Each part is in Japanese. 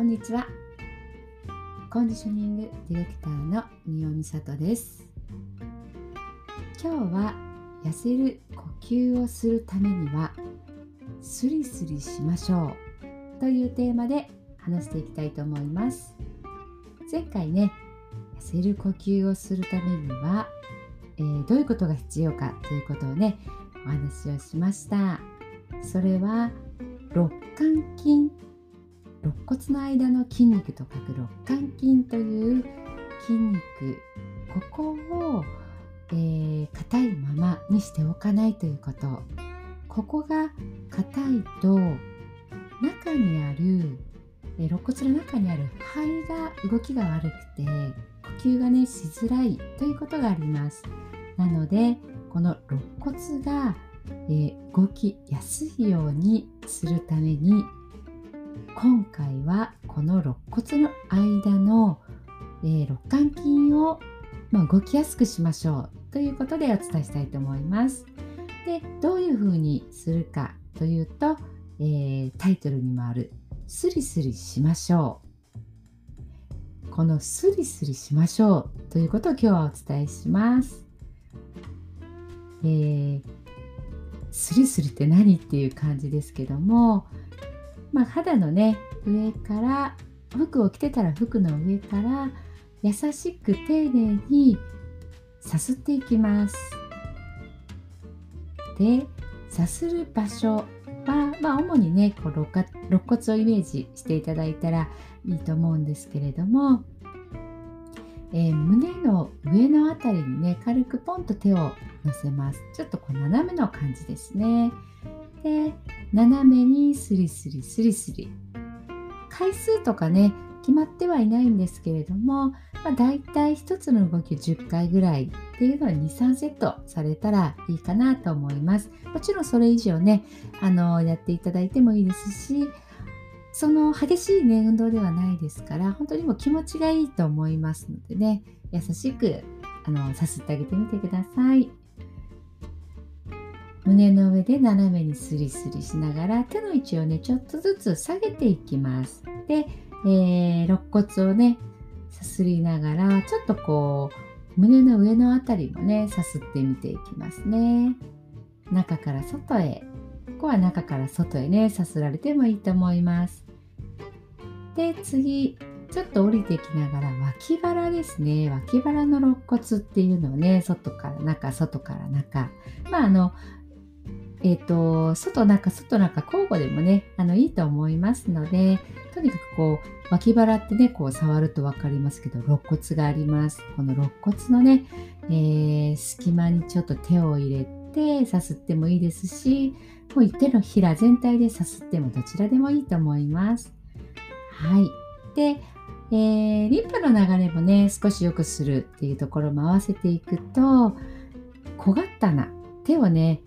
んにちは。コンディショニングディレクターの三尾美里です。今日は痩せる呼吸をするためにはスリスリしましょうというテーマで話していきたいと思います。前回ね、痩せる呼吸をするためには、どういうことが必要かということをね、お話をしました。それは肋間筋、肋骨の間の筋肉と書く肋間筋という筋肉、ここを硬いままにしておかないということ。ここが硬いと中にある肋骨の中にある肺が動きが悪くて呼吸がねしづらいということがあります。なのでこの肋骨が動きやすいようにするために今回はこの肋骨の間の肋間筋を動きやすくしましょうということでお伝えしたいと思います。で、どういうふうにするかというと、タイトルにもあるスリスリしましょう。このスリスリしましょうということを今日はお伝えします。スリスリって何っていう感じですけども、肌のね上から服を着てたら服の上から優しく丁寧にさすっていきます。で、さする場所は、主にねこう肋骨をイメージしていただいたらいいと思うんですけれども、胸の上のあたりにね軽くポンと手を乗せます。ちょっとこう斜めの感じですね。で、斜めにスリスリスリスリ、回数とかね決まってはいないんですけれども、だいたい一つの動きを10回ぐらいっていうのは 2,3 セットされたらいいかなと思います。もちろんそれ以上ねやっていただいてもいいですし、その激しいね運動ではないですから、本当にもう気持ちがいいと思いますのでね、優しくさすってあげてみてください。胸の上で斜めにスリスリしながら手の位置をねちょっとずつ下げていきます。で、肋骨をねさすりながらちょっとこう胸の上のあたりもねさすってみていきますね。中から外へ、ここは中から外へねさすられてもいいと思います。で、次ちょっと降りていきながら脇腹ですね。脇腹の肋骨っていうのをね外から中外から中、外中外中交互でもねいいと思いますので、とにかくこう脇腹ってねこう触ると分かりますけど肋骨があります。この肋骨のね、隙間にちょっと手を入れてさすってもいいですし、もう手のひら全体でさすってもどちらでもいいと思います。はい。で、リンパの流れもね少し良くするっていうところも合わせていくと、小刀手をね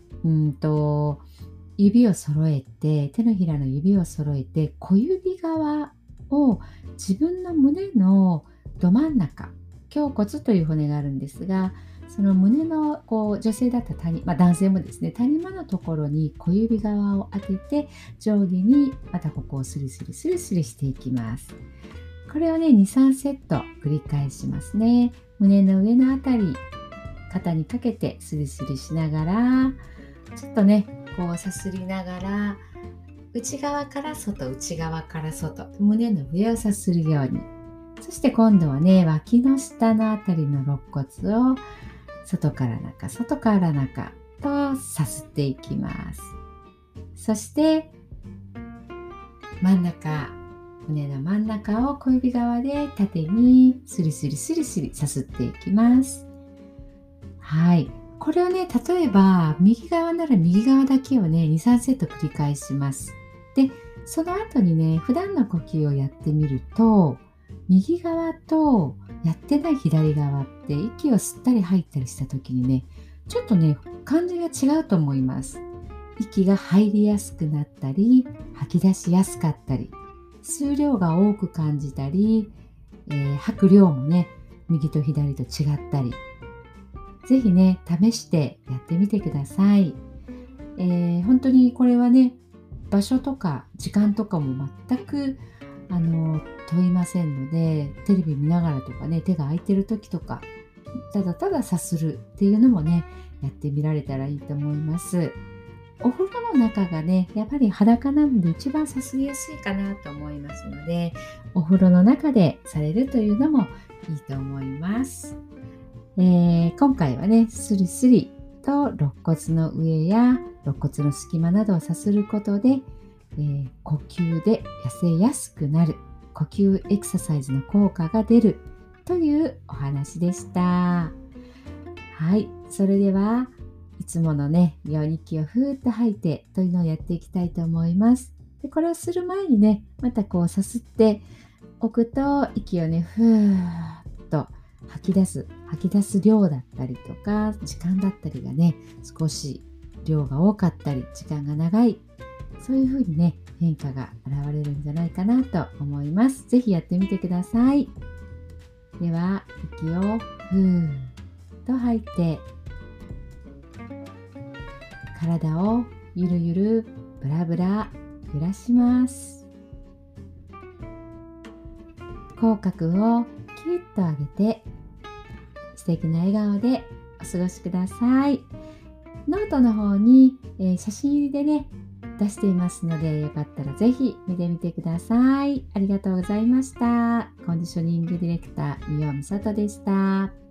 指を揃えて、手のひらの指を揃えて小指側を自分の胸のど真ん中、胸骨という骨があるんですが、その胸のこう女性だったら男性もですね谷間のところに小指側を当てて上下にまたここをスリスリスリスリしていきます。これをね 2,3 セット繰り返しますね。胸の上のあたり肩にかけてスリスリしながらちょっとねこうさすりながら内側から外内側から外、胸の上をさするように、そして今度はね脇の下のあたりの肋骨を外から中外から中とさすっていきます。そして真ん中、胸の真ん中を小指側で縦にスリスリスリスリさすっていきます。はい、これをね例えば右側なら右側だけをね 2,3 セット繰り返します。で、その後にね普段の呼吸をやってみると、右側とやってない左側って息を吸ったり吐いたりした時にねちょっとね感じが違うと思います。息が入りやすくなったり吐き出しやすかったり、吸う量が多く感じたり、吐く量もね右と左と違ったり、ぜひね試してやってみてください。本当にこれはね場所とか時間とかも全くあの、問いませんので、テレビ見ながらとかね、手が空いてる時とか、ただたださするっていうのもね、やってみられたらいいと思います。お風呂の中がね、やっぱり裸なので一番さすりやすいかなと思いますので、お風呂の中でされるというのもいいと思います。今回はね、スリスリと肋骨の上や肋骨の隙間などをさすることで、呼吸で痩せやすくなる、呼吸エクササイズの効果が出るというお話でした。はい、それではいつものね、妙に息をふーっと吐いてというのをやっていきたいと思います。で、これをする前にね、またこうさすっておくと、息をね、ふーっと吐き出す量だったりとか、時間だったりがね、少し量が多かったり、時間が長い、そういう風にね、変化が現れるんじゃないかなと思います。ぜひやってみてください。では、息をふーっと吐いて、体をゆるゆるブラブラ揺らします。口角をキュッと上げて素敵な笑顔でお過ごしください。ノートの方に、写真入りでね出していますので、よかったらぜひ見てみてください。ありがとうございました。コンディショニングディレクター、三尾美里でした。